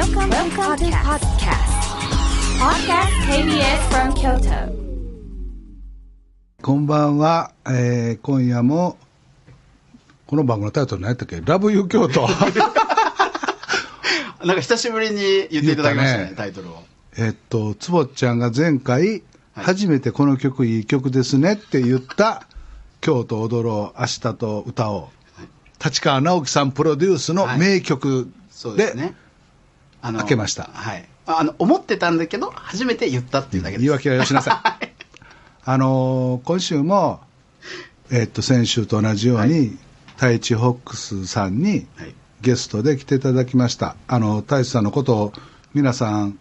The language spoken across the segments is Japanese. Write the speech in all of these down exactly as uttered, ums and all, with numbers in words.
Welcome, Welcome to podcast. Podcast ケービーエス from Kyoto. こんばんは、えー、今夜もこの番組のタイトル何やったっけ？ラブユー京都。 なんか久しぶりに言っていただきましたね、タイトルを。 えっとつぼちゃんが前回、はい、初めてこの曲いい曲ですねって言った京都踊ろう明日と歌おう、はい、立川直樹さんプロデュースの名曲で開けました。 はい、あの思ってたんだけど初めて言ったっていうだけです。 言い訳はよしなさい。あのー、今週も、えっと先週と同じように、はい、太一ホックスさんにゲストで来ていただきました。あの太一さんのことを皆さん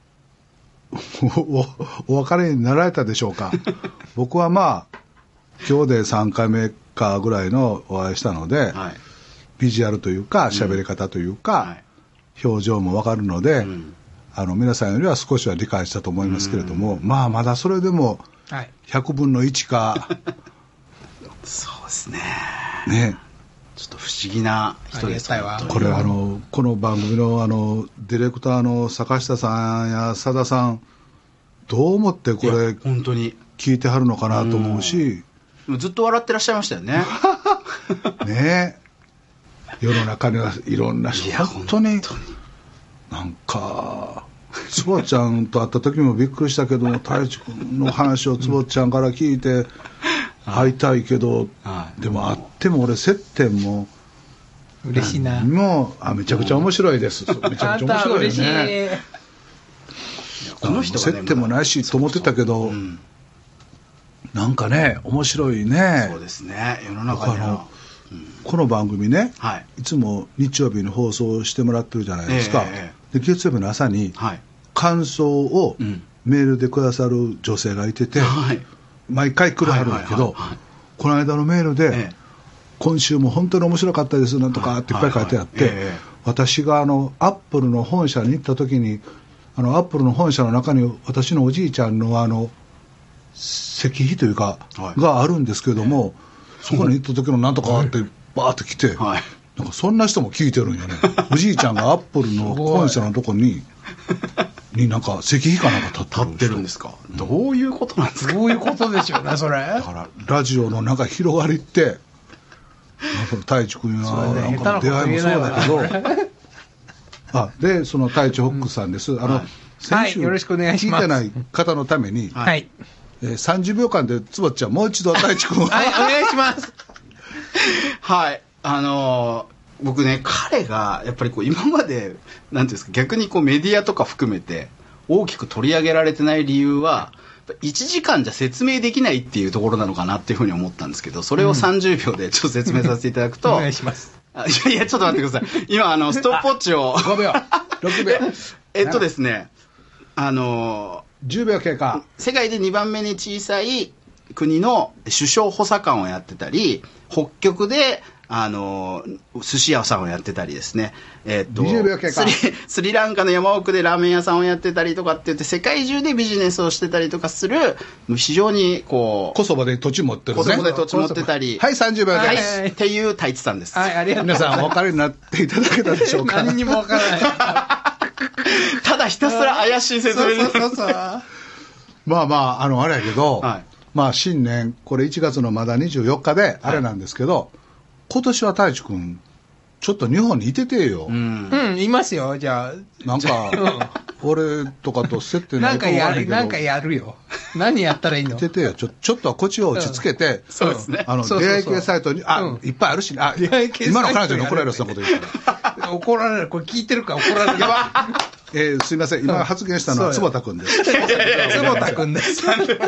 お, お分かりになられたでしょうか。僕はまあ今日でさんかいめかぐらいのお会いしたので、はい、ビジュアルというか喋り方というか、うんはい、表情も分かるので、うん、あの皆さんよりは少しは理解したと思いますけれども、うん、まあまだそれでもひゃくぶんのいちか、はい、 そうですね。 ね、 ちょっと不思議な人です。 これあのこの番組のあのディレクターの坂下さんや佐田さんどう思ってこれ本当に聞いてはるのかなと思うし、 うん、ずっと笑ってらっしゃいましたよね。 ねえ、世の中にはいろんな人本当になんかつぼちゃんと会った時もびっくりしたけども太一君の話をつぼちゃんから聞いて会いたいけど、はい、でも会っても俺接点も嬉しいな。 もうあめちゃくちゃ面白いです。めちゃくちゃ面白いよね。この人がね、接点もないしと思ってたけど、うん、なんかね面白いね。 そうですね。世の中には、 うん、この番組ね、はい、いつも日曜日に放送してもらってるじゃないですか、えー、で月曜日の朝に感想をメールでくださる女性がいてて、はい、毎回来るはるんだけど、この間のメールで、ええ、今週も本当に面白かったですなんとかっていっぱい書いてあって、はいはいはいええ、私があのアップルの本社に行った時にあのアップルの本社の中に私のおじいちゃんのあの石碑というか、はい、があるんですけども、え、そこに行った時のなんとかってバーって来て、はい、なんかそんな人も聞いてるんよね。おじいちゃんがアップルの本社のとこにになんか石碑かなんか立ってる立ってるんですか、うん、どういうことなんですか。 どういうことでしょうねそれ。 だからラジオのなんか広がりって太一君はなんか出会いもそうだけどあでその太一ホックスさんです、うん、あの、はい、先週聞いてない方のために、はい、えー、さんじゅうびょうかんでつぼっちゃんもう一度太一君はいお願いします。 はい、あのー僕ね彼がやっぱりこう今までなんていうんですか、逆にこうメディアとか含めて大きく取り上げられてない理由はいちじかんじゃ説明できないっていうところなのかなっていうふうに思ったんですけど、それをさんじゅうびょうでちょっと説明させていただくと、 お願いします。 あいやいやちょっと待ってください。今あのストップウォッチをごびょうろくびょうえっとですねあのじゅうびょう経過。 世界でにばんめに小さい国の首相補佐官をやってたり、北極であの寿司屋さんをやってたりですね、えー、とにじゅうびょう経過。 スリ、スリランカの山奥でラーメン屋さんをやってたりとかって言って世界中でビジネスをしてたりとかする非常にこうコソボで土地持ってるね。 コソボで土地持ってたりはいさんじゅうびょうで、 はい、っていう太一さんです。 はい、ありがとうございます。 皆さんお分かりになっていただけたでしょうか。 何にも分からない。 ただひたすら怪しい説明でそうそうそうまあまああのあれやけど、はい、まあ新年これいちがつのまだにじゅうよっかであれなんですけど、はい、今年は太一君ちょっと日本にいててよ。 うん、うん、いますよ。じゃあなんか俺とかと接点ないかもわからないけどなんかやるよ。何やったらいいの。 いててよ。ちょちょっとはこっちを落ち着けて、うん、 そうですね。 あの出会い系サイトにあ、うん、いっぱいあるし、あ今の彼女に怒られるそんなこと言うから。怒られる。これ聞いてるから怒られる。 えー、すいません今発言したのは坪田君です。 坪田君です。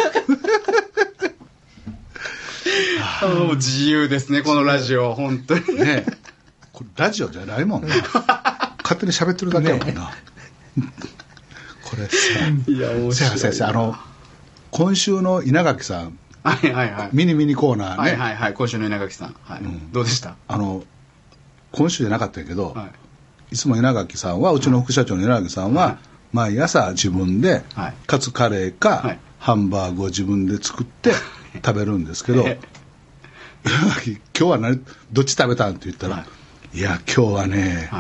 もう自由ですねこのラジオ本当にね。これラジオじゃないもんな。勝手に喋ってるだけやもんな、ね、これさいや面白い。 先生あの今週の稲垣さん、 はいはいはい、 ミニミニコーナーね、 はいはいはい、今週の稲垣さん、はい、うん、どうでした。 あの今週じゃなかったけど、はい、いつも稲垣さんはうちの副社長の稲垣さんは、はい、毎朝自分で、はい、カツカレーか、はい、ハンバーグを自分で作って食べるんですけど、稲垣今日は何どっち食べたんって言ったら、はい、いや今日はね、はい、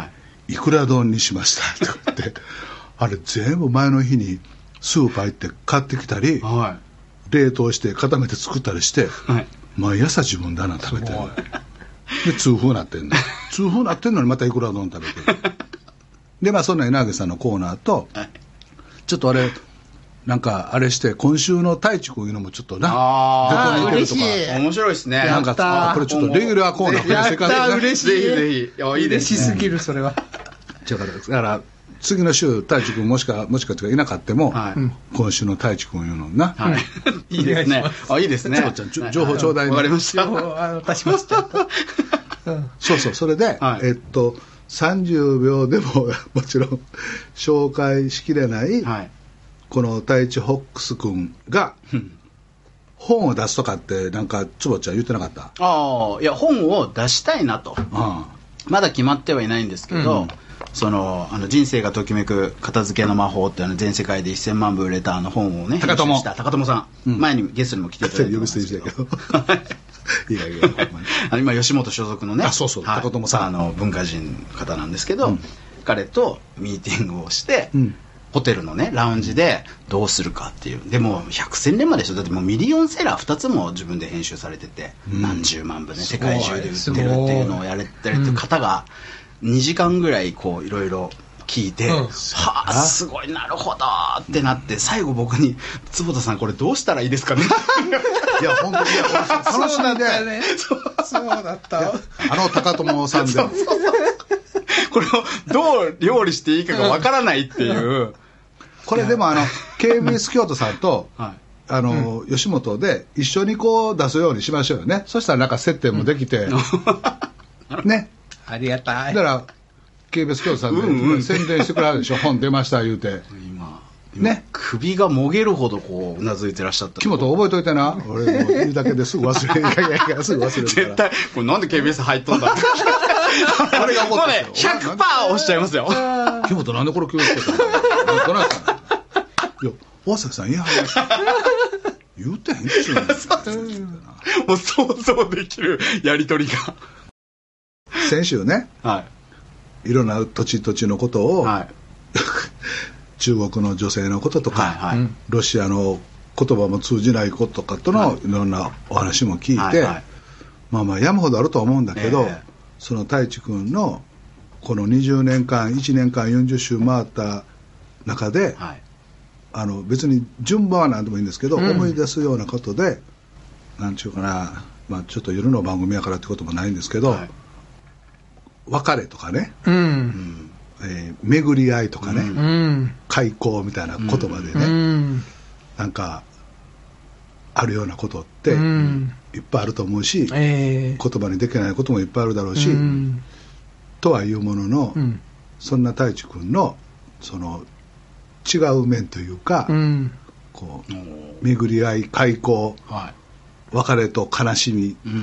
いくら丼にしましたとかってあれ全部前の日にスーパー行って買ってきたり、はい、冷凍して固めて作ったりして、はい、毎朝自分であんな食べてるで痛風なってんの痛風なってんのにまたいくら丼食べてるでまあそんな稲毛さんのコーナーと、はい、ちょっとあれなんかあれして今週の太一君いうのもちょっとなああ嬉しい面白いですねなんかこれちょっとレギュラーコーナーやったー嬉しいぜひぜひいやいいです嬉しすぎるそれはだからだから次の週太一君もしかもしかいなかったも、はい、今週の太一君いうのな、 はい、いいですねあいいですねちょちょ情報ちょうだいわかりました情報渡しました、 うん、そうそうそれで、はい、えっとさんじゅうびょうでももちろん紹介しきれない、はい、この太一ホックス君が本を出すとかってなんか坪ちゃん言ってなかった？ ああいや本を出したいなと、うん、まだ決まってはいないんですけど、うん、そのあの人生がときめく片付けの魔法っていうの全世界でせんまんぶ売れたあの本をね高友した高友さん、うん、前にゲストにも来ていただいてますけどいやいや今吉本所属のねあそうそう、はい、高友さんあの文化人の方なんですけど、うん、彼とミーティングをして、うんホテルのねラウンジでどうするかっていうでも百戦錬磨でしょだってもうミリオンセラーふたつも自分で編集されてて、うん、何十万部ね世界中で売ってるっていうのをやれてる方がにじかんぐらいこういろいろ聞いて、うん、はあすごいなるほどってなって最後僕に坪田さんこれどうしたらいいですかねいや本当にいや楽しみで、 ね、そうだったあの高友さんでそうそうそうこれをどう料理していいかがわからないっていうこれでもあの ケービーエス 京都さんと、はい、あの、うん、吉本で一緒にこう出すようにしましょうよねそしたらなんか接点もできて、うん、ねありがたいだから ケービーエス 京都さんで、うんうん、宣伝してくれるでしょ本出ました言うて今ね、首がもげるほどこううなずいてらっしゃった木本覚えといてな俺もう言うだけですぐ忘れるいやいやいやすぐ忘れる絶対これなんで ケービーエス 入っとんだってあれが思ったんですよ ひゃくパーセント 押しちゃいますよ木本なんでこれ気をつけたのどないしたのいや大崎さんいや言うてへんっちゅうのもう想像できるやり取りが先週ね、はい、いろんな土地土地のことを、はい中国の女性のこととか、はいはい、ロシアの言葉も通じないこととかとのいろんなお話も聞いて、はいはい、まあまあ山ほどあるとは思うんだけど、えー、その太一君のこのにじゅうねんかんいちねんかんよんじゅっしゅう回った中で、はい、あの別に順番は何でもいいんですけど、うん、思い出すようなことでなんちゅうかな、まあ、ちょっと夜の番組やからってこともないんですけど、はい、別れとかね、うんうんえー、巡り合いとかね、うん、開口みたいな言葉でね、うん、なんかあるようなことっていっぱいあると思うし、えー、言葉にできないこともいっぱいあるだろうし、うん、とはいうものの、うん、そんな太一君のその違う面というか、うん、こう巡り合い開口、はい、別れと悲しみ、うん、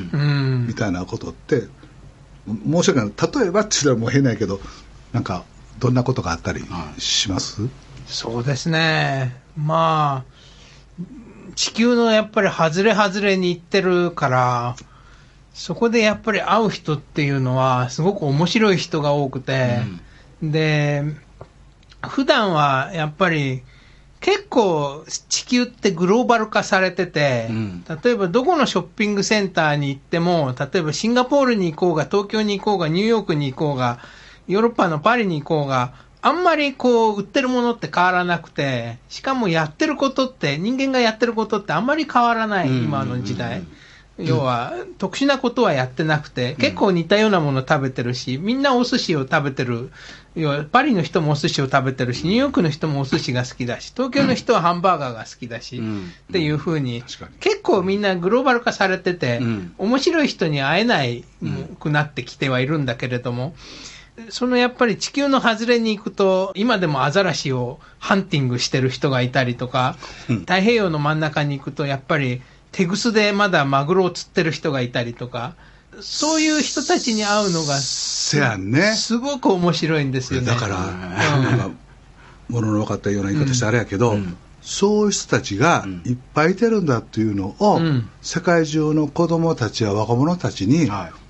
みたいなことって申し訳ない例えばって言ったらもう変ないけどなんかどんなことがあったりします？ はい、そうですねまあ地球のやっぱり外れ外れに行ってるからそこでやっぱり会う人っていうのはすごく面白い人が多くて、うん、で普段はやっぱり結構地球ってグローバル化されてて、うん、例えばどこのショッピングセンターに行っても例えばシンガポールに行こうが東京に行こうがニューヨークに行こうがヨーロッパのパリに行こうがあんまりこう売ってるものって変わらなくてしかもやってることって人間がやってることってあんまり変わらない、うん、今の時代、うん、要は特殊なことはやってなくて、うん、結構似たようなもの食べてるしみんなお寿司を食べてる要はパリの人もお寿司を食べてるしニューヨークの人もお寿司が好きだし東京の人はハンバーガーが好きだし、うん、っていう風に結構みんなグローバル化されてて、うん、面白い人に会えないくなってきてはいるんだけれどもそのやっぱり地球の外れに行くと今でもアザラシをハンティングしてる人がいたりとか、うん、太平洋の真ん中に行くとやっぱり手ぐすでまだマグロを釣ってる人がいたりとかそういう人たちに会うのが す, せやん、ね、 すごく面白いんですよね。 だから、うん、なんか物の分かったような言い方してあれやけど、うん、そういう人たちがいっぱいいてるんだっていうのを、うん、世界中の子供たちや若者たちに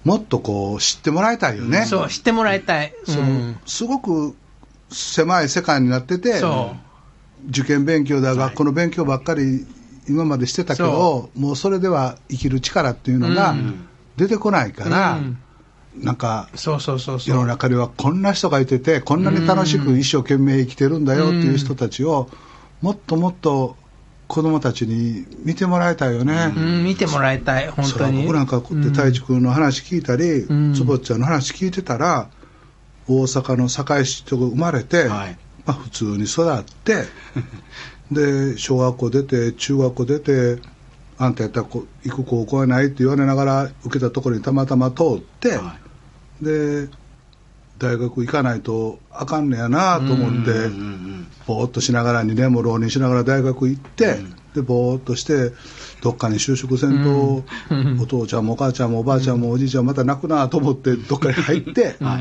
もっとこう知ってもらいたいよね、うん、 そう知ってもらいたい、 うん、そのすごく狭い世界になってて、受験勉強だ、学校の勉強ばっかり今までしてたけど、もうそれでは生きる力っていうのが出てこないから、うん、なんか世の中ではこんな人がいてて、こんなに楽しく一生懸命生きてるんだよっていう人たちをもっともっと子供たちに見てもらいたいよね、 うん、見てもらいたい、本当に。 僕なんかこうやって太一君の話聞いたり、うん、坪ちゃんの話聞いてたら、大阪の堺市と生まれて、はい、まあ、普通に育ってで小学校出て中学校出て、あんたやったら行く高校はないって言われながら受けたところにたまたま通って、はい、で大学行かないとあかんねやなと思って、ぼーっとしながらにねんも浪人しながら大学行って、うん、でぼーっとしてどっかに就職せんと、うん、お父ちゃんもお母ちゃんもおばあちゃんもおじいちゃんもまた泣くなと思ってどっかに入って、はい、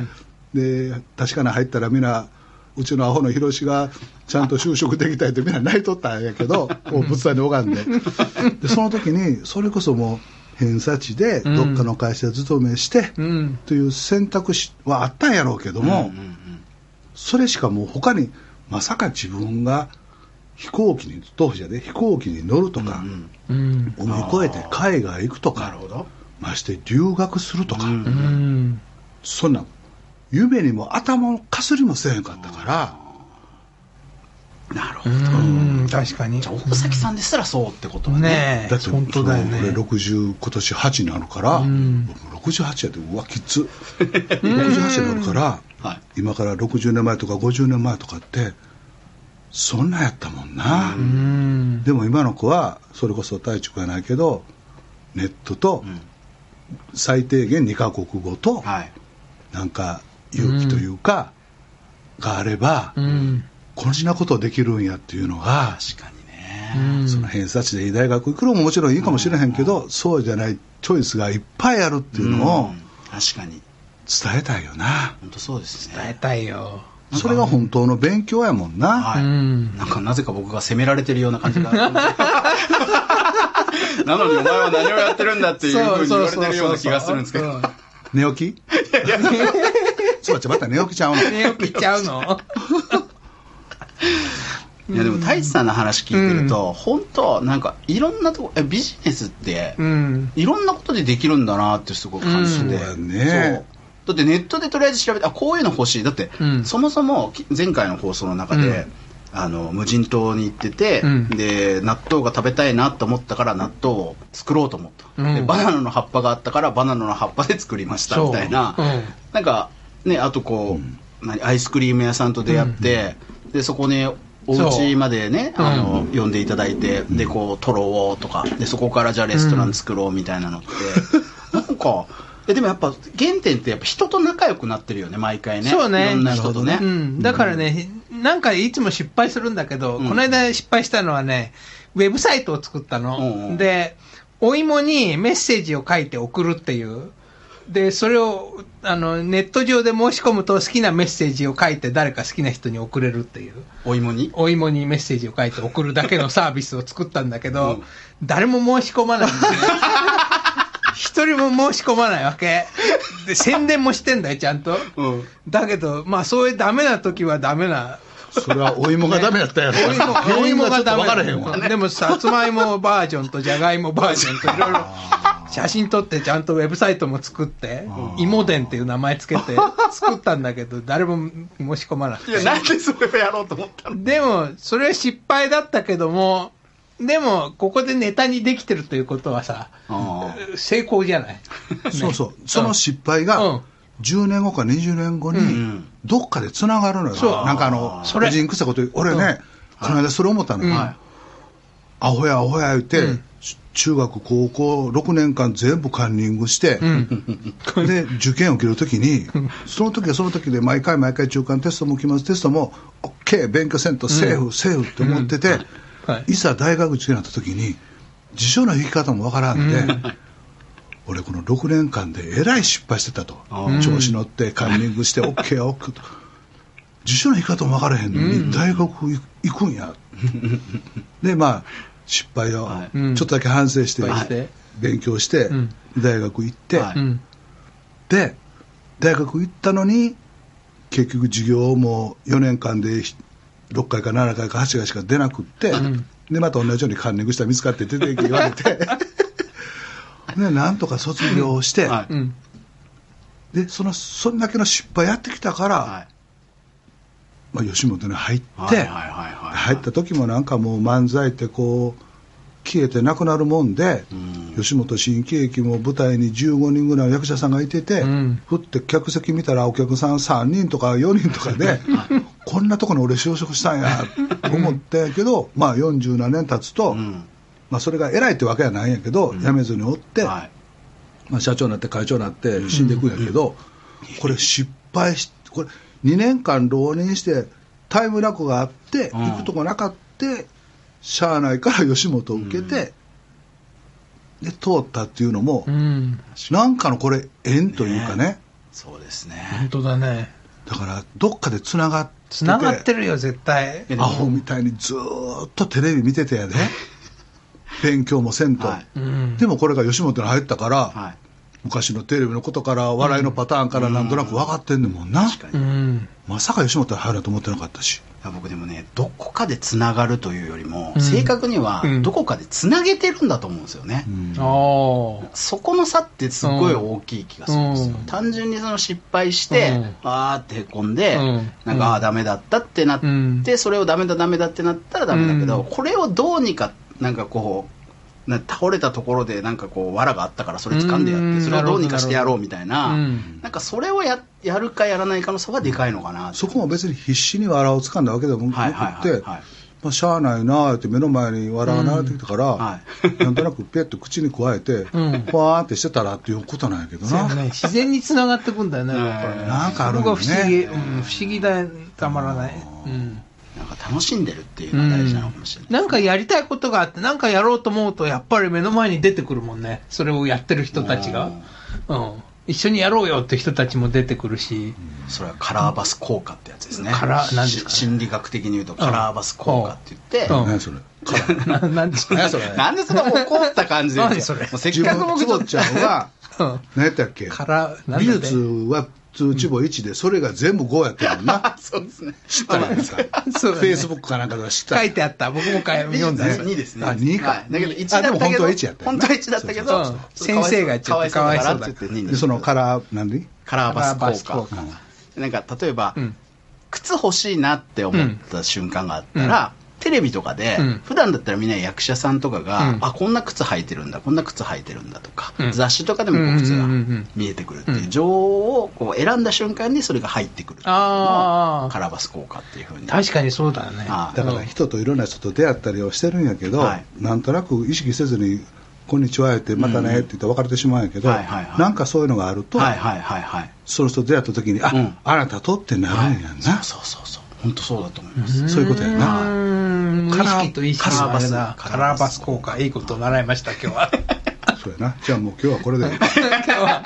で確かに入ったらみんなうちのアホの広志がちゃんと就職できたいってみんな泣いとったんやけどもう物産に拝んででその時にそれこそもう偏差値でどっかの会社勤めしてという選択肢はあったんやろうけども、それしかもう他にまさか自分が飛行機に当時はね飛行機に乗るとか、海越えて海外行くとか、まして留学するとか、そんな夢にも頭をかすりもせえへんかったから。 なるほど、 うん、確かに。 じゃあ大崎さんですらそうってことは ね, ねだって本当だよね。 俺ろくじゅう今年はちになるから、うん、ろくじゅうはちやでうわきつろくじゅうはちになるから、はい、今からろくじゅうねんまえとかごじゅうねんまえとかってそんなんやったもんな。うん、でも今の子はそれこそ太一君やないけどネットと最低限にカ国語と、はい、なんか勇気というか、うん、があれば、うん、こんなことできるんやっていうのが確かにね、 その偏差値でいい大学行くのももちろんいいかもしれへんけど、うん、そうじゃないチョイスがいっぱいあるっていうのを、うん、 確かに伝えたいよな。 本当そうですね、 伝えたいよ。 それが本当の勉強やもんな、 はい、うん、なんかなぜか僕が責められてるような感じがなのにお前は何をやってるんだっていうふうに言われてるような気がするんですけど。 寝起きいやいやちょっとまた寝起きちゃうの寝起きちゃうのいやでも太一さんの話聞いてると、うん、本当なんかいろんなとこビジネスって、うん、いろんなことでできるんだなってすごく感じて、うん、そうやね。だってネットでとりあえず調べて、あこういうの欲しい。だって、うん、そもそも前回の放送の中で、うん、あの無人島に行ってて、うん、で納豆が食べたいなと思ったから納豆を作ろうと思った、うん、でバナナの葉っぱがあったからバナナの葉っぱで作りましたみたいな、うん、なんかね、あとこう、うん、何アイスクリーム屋さんと出会って、うん、でそこにお家までねあの、うん、呼んでいただいて、でこう撮ろうとかでそこからじゃあレストラン作ろうみたいなのって、うん、なんかでもやっぱ原点ってやっぱ人と仲良くなってるよね毎回ね。 そうね、 いろんな人とね、 うん、だからね、うん、なんかいつも失敗するんだけど、うん、この間失敗したのはねウェブサイトを作ったの、うんうん、でお芋にメッセージを書いて送るっていうでそれをあのネット上で申し込むと好きなメッセージを書いて誰か好きな人に送れるっていうお芋にお芋にメッセージを書いて送るだけのサービスを作ったんだけど、うん、誰も申し込まないんですね一人も申し込まないわけで宣伝もしてんだよちゃんと、うん、だけどまあそういうダメな時はダメなそれはお芋がダメだったやろ、ね、 お芋がダメだったでもさつまいもバージョンとじゃがいもバージョンといろいろ写真撮ってちゃんとウェブサイトも作って芋伝っていう名前つけて作ったんだけど誰も申し込まなくて。 いやなんでそれをやろうと思ったの。 でもそれは失敗だったけどもでもここでネタにできてるということはさ成功じゃない、ね、 そうそうその失敗がじゅうねんごかにじゅうねんごにどっかでつながるのよ、うん、なんかあの個人くさこと俺ね、うん、この間それ思ったの、うん、アホやアホや言って、うん、中学高校ろくねんかん全部カンニングして、うん、で受験を受けるときにその時はその時で毎回毎回中間テストも期末テストも OK 勉強せんとセーフ、うん、セーフって思ってて、うんはい、いざ大学受験になった時に辞書の引き方もわからんで、うん、俺このろくねんかんでえらい失敗してたと、うん、調子乗ってカンニングして OK や OK と辞書の引き方もわからへんのに、うん、大学行くんやでまあ失敗をちょっとだけ反省して、はい、勉強して、うん、大学行って、はい、 で大学行ったのに結局授業もよねんかんでろっかいかななかいかはちかいしか出なくって、うん、でまた同じようにカンニングしたら見つかって出ていけ言われてでなんとか卒業して、うんはい、でそのそんだけの失敗やってきたから、はいまあ、吉本に入って、はいはいはいはい、入った時もなんかもう漫才ってこう消えてなくなるもんで、うん、吉本新喜劇も舞台にじゅうごにんぐらいの役者さんがいてて、うん、ふって客席見たらお客さんさんにんとかよにんとかでこんなとこに俺就職したんやと思ってけど、まあよんじゅうなんねん経つと、うんまあ、それが偉いってわけはないんやけど、うん、辞めずにおって、はいまあ、社長になって会長になって死んでいくんやけど、うん、これ失敗しこれにねんかん浪人してタイムラグがあって、うん、行くとこなかってしゃあないから吉本を受けて、うん、で通ったっていうのも、うん、なんかのこれ縁というかね、 ねそうですね本当だねだからどっかでつながってつながってるよ絶対アホみたいにずーっとテレビ見ててやで勉強もせんと、はい、でもこれが吉本に入ったから、はい、昔のテレビのことから笑いのパターンからなんとなく分かってんねんもんな、うん、確かに、うん、まさか吉本に入ると思ってなかったし僕でもねどこかでつながるというよりも、うん、正確にはどこかでつなげてるんだと思うんですよね、うん、そこの差ってすごい大きい気がするんですよ、うん、単純にその失敗して、うん、あーってへこんで、うん、なんかあーダメだったってなって、うん、それをダメだダメだってなったらダメだけど、うん、これをどうにかなんかこう倒れたところでなんかこう藁があったからそれ掴んでやってそれをどうにかしてやろうみたいななんかそれを や, やるかやらないかの差はでかいのかなそこも別に必死に藁を掴んだわけでもなくてまあしゃあないなって目の前に藁が流れてきたから、うんはい、なんとなくペッと口に加えてふわーってしてたらっていうことなんやけどな、 ね、自然につながってくんだよねやっぱりねなんかあるんだよね不思議、うん、不思議だたまらない、うんなんか楽しんでるっていうのが大事なのかもしれない、 うん、なんかやりたいことがあってなんかやろうと思うとやっぱり目の前に出てくるもんねそれをやってる人たちが、うん、一緒にやろうよって人たちも出てくるし、 うん、それはカラーバス効果ってやつですねカラーなんですか、ね、 心理学的に言うとカラーバス効果って言って、 うんうん、何それななんでそれなんでその怒った感じで何それもうせっかく僕つぼちゃんは何やったっけ美術は通知簿いちでそれが全部ごやってるもんなそうですね知ったらですかフェイスブックかなんかで知った書いてあった僕も読んだにですねあにか、はい、 だけどいちだったけど本当はいちやった本当はいちだったけど先生がちょっとかわいそうだってでそのカラー何でカラーバス効果なんか例えば、うん、靴欲しいなって思った瞬間があったら、うんテレビとかで、うん、普段だったらみんな役者さんとかが、うん、あこんな靴履いてるんだこんな靴履いてるんだとか、うん、雑誌とかでもこう靴が見えてくるっていう情報をこう選んだ瞬間にそれが入ってくるっていうのをカラーバス効果っていうふうに確かにそうだねだから人といろんな人と出会ったりをしてるんやけど、はい、なんとなく意識せずにこんにちはってまたねって言って別れてしまうんやけど、うんはいはいはい、なんかそういうのがあると、はいはいはいはい、その人と出会った時にあ、うん、あなたとってなるんやんな、はい、 そうそうそうそう本当そうだと思いますそういうことやな意識と意識のあれだカラーバス効果いいことを習いました今日はそうやなじゃあもう今日はこれで今日は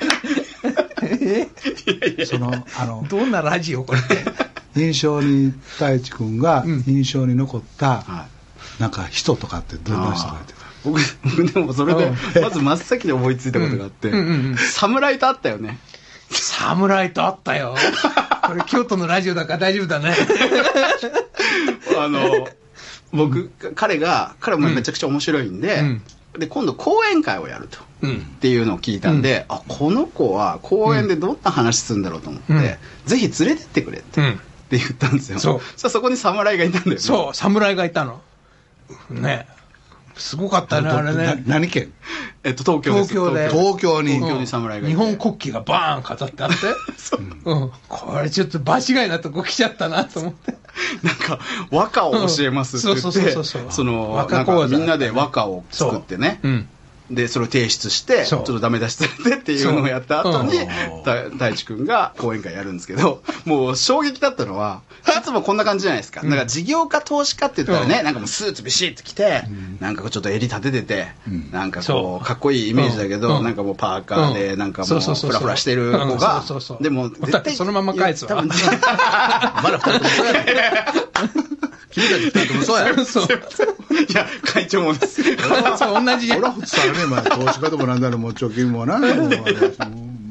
そのあのどんなラジオこれ印象に太一君が印象に残った、うん、なんか人とかってどんな人がいてた僕, 僕でもそれでまず真っ先に思いついたことがあって、うんうんうんうん、侍と会ったよね侍と会ったよこれ京都のラジオだから大丈夫だねあの僕彼が彼もめちゃくちゃ面白いんで、うん、で今度講演会をやると、うん、っていうのを聞いたんで、うん、あこの子は講演でどんな話するんだろうと思って、うん、ぜひ連れてってくれって、うん、って言ったんですよ。そうそしたらそこに侍がいたんだよね。 そう侍がいたのねすごかったねあれね。 何県？ えっと東京です。 東京で東京に東京に侍がいて、 日本国旗がバーン飾ってあってうん、これちょっと場違いなとこ来ちゃったなと思ってなんか和歌を教えますって言ってそのなんかみんなで和歌を作ってね、うん、でそれを提出してちょっとダメ出しされてっていうのをやった後に太一くんが講演会やるんですけどもう衝撃だったのはいつもこんな感じじゃないですか、うん、なんか事業家投資家って言ったらね、うん、なんかもうスーツビシッと着て、うん、なんかちょっと襟立ててて、うん、なんかこうかっこいいイメージだけど、うん、なんかもうパーカーでなんかもうフラフラしてる子がでも絶対そのまま返すわまだふたりともそうや君たちふたりともそうやそういや会長もですそう同じじゃん俺は普通だね投資家ともなんだろうもう貯金もなもう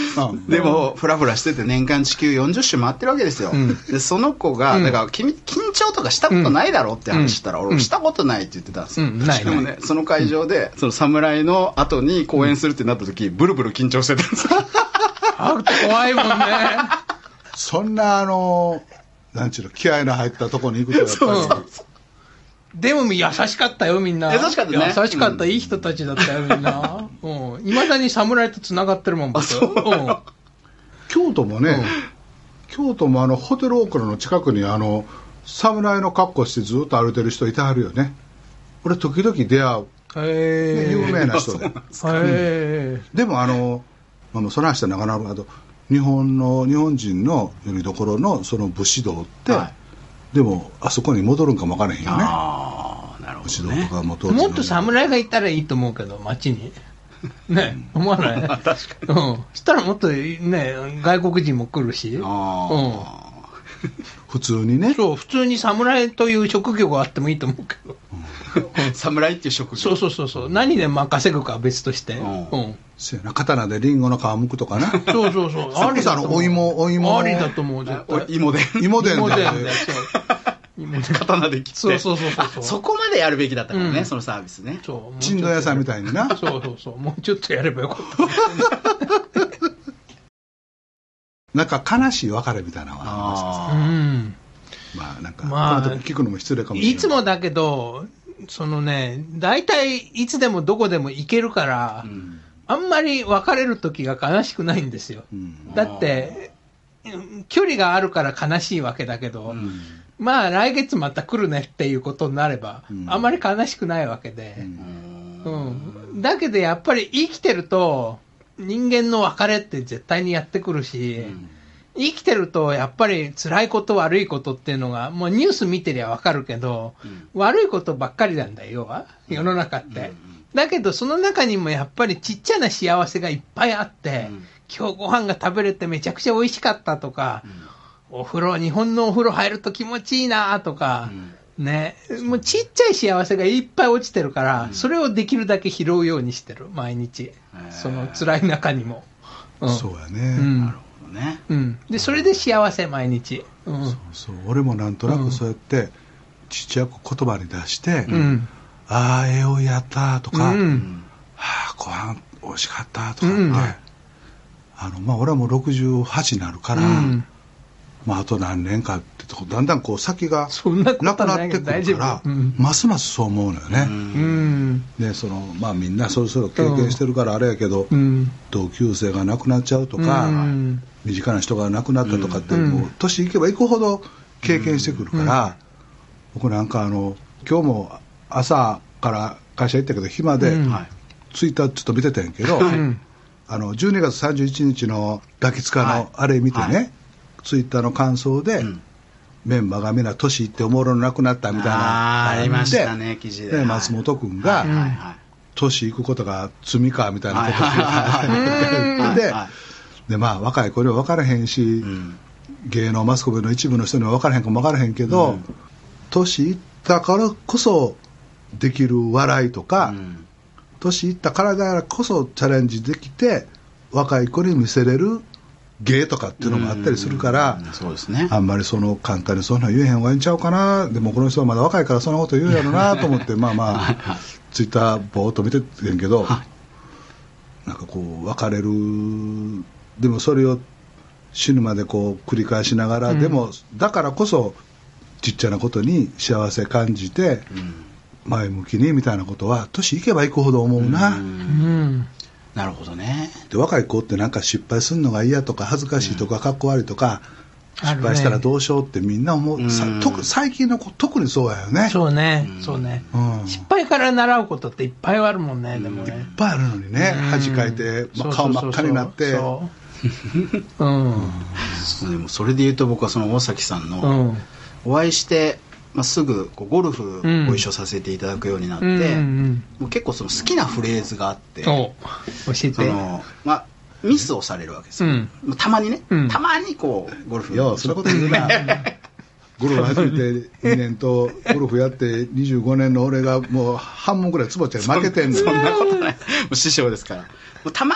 でもフラフラしてて年間地球よんじゅっしゅ回ってるわけですよ、うん、でその子がだから君緊張とかしたことないだろうって話したら、うん、俺したことないって言ってたんですよ、うん、しかもねその会場でその侍の後に公演するってなった時ブルブル緊張してたんですよ怖いもんねそんなあのなんちゅうの気合の入ったとこに行くとやっぱりでも優しかったよみんな。 優しかったね。 優しかった、うん、いい人たちだったよみんな。うん。いまだに侍と繋がってるもん僕。うん。 京都もね、うん、京都もあのホテルオークラの近くにあの侍の格好してずっと歩いてる人いてはるよね。俺時々出会う。へえ。有名な人で。へえ、うん。でもあのあのその話はなかなか日本の日本人の読みどころのその武士道って。はい、でもあそこに戻るんかもわからへんよね。 ああ、なるほどね。 とかもっと侍がいたらいいと思うけど街にね、思わない。確かに。うん。そしたらもっとね外国人も来るし。ああ。うん。 普通にね。 そう普通に侍という職業があってもいいと思うけど。 うん、侍っていう職業。 そうそうそうそう。何でまあ稼ぐかは別として。うん。 うんそうやな刀でリンゴの皮むくとかな。 そうそうそう。 ありだと思う。お芋お芋。 ありだと思う絶対。 芋で。 芋で。 芋で。 刀で切って。 そうそうそうそう。 そこまでやるべきだったからね、うん、そのサービスね。 そう。鎮土屋さんみたいにな。 そうそうそう。もうちょっとやればよかった。 なんか悲しい別れみたいなのがありますね。うん。まあなんか、まあ、この時聞くのも失礼かもしれない。 いつもだけど、そのね、大体いつでもどこでも行けるから、うんあんまり別れる時が悲しくないんですよ。うん、だって、距離があるから悲しいわけだけど、うん、まあ来月また来るねっていうことになれば、うん、あんまり悲しくないわけで、うんうん、だけどやっぱり生きてると人間の別れって絶対にやってくるし、うん、生きてるとやっぱり辛いこと悪いことっていうのが、もうニュース見てりゃわかるけど、うん、悪いことばっかりなんだよ、要は、世の中って。うんだけどその中にもやっぱりちっちゃな幸せがいっぱいあって、うん、今日ご飯が食べれてめちゃくちゃ美味しかったとか、うん、お風呂日本のお風呂入ると気持ちいいなとか、うん、ねもうちっちゃい幸せがいっぱい落ちてるから、うん、それをできるだけ拾うようにしてる毎日、その辛い中にも、 うん、そうやね、うん、なるほどね、 うん、でそれで幸せ毎日、うん、 そうそう俺もなんとなくそうやってちっちゃく言葉に出して、うんああ、ええおいやったとか、うん、はあ、ご飯美味しかったとかって、うん、あの、まあ、俺はもうろくじゅうはちになるから、うん、まあ、あと何年かってとこ、だんだんこう先がなくなってくるから、うん、ますますそう思うのよね。うん、で、その、まあ、みんなそろそろ経験してるからあれやけど、うん、同級生が亡くなっちゃうとか、うん、身近な人が亡くなったとかって、うん、もう年いけばいくほど経験してくるから、うん、僕なんかあの、今日も、朝から会社行ったけど暇で、うん、ツイッターちょっと見てたんやけど、はい、あのじゅうにがつさんじゅういちにちのガキ使のあれ見てね、はい、ツイッターの感想で、うん、メンバーがみんな年いっておもろなくなったみたいなあありましたね記事で、 で松本君が、はいはい、年いくことが罪かみたいなことを言ってでまあ若い子には分からへんし、うん、芸能マスコミの一部の人には分からへんかも分からへんけど、うん、年いったからこそできる笑いとか、うん、年いったからだからこそチャレンジできて若い子に見せれる芸とかっていうのもあったりするから、 うん、そうですね、 あんまりその簡単にそんな言えへん方がいいんちゃうかな、でもこの人はまだ若いからそんなこと言うやろなと思ってまあまあツイッターぼーっと見ててんけど、はい、なんかこう別れる、でもそれを死ぬまでこう繰り返しながら、うん、でもだからこそちっちゃなことに幸せ感じて、うん前向きにみたいなことは年いけばいくほど思うな。うん、 なるほどね。 で若い子ってなんか失敗するのが嫌とか恥ずかしいとかかっこ悪いとか、うん、失敗したらどうしようってみんな思う、うん、さ特最近の子特にそうやよね。 そうね、うん、そうね、うん、失敗から習うことっていっぱいあるもんね、うん、でもねいっぱいあるのにね、うん、恥かいて、まあ、顔真っ赤になってそううん、でもそれで言うと僕はその大崎さんのお会いしてまあ、すぐこうゴルフご一緒させていただくようになって、うんうんうん、もう結構その好きなフレーズがあって、 教えてその、まあ、ミスをされるわけですよ、うん、たまにね、うん、たまにこうゴルフよそんなこと言うなゴルフ始めてにねんとゴルフやってにじゅうごねんの俺がもう半分ぐらいつぼちゃん負けてんのそんなことないもう師匠ですからもうたまにね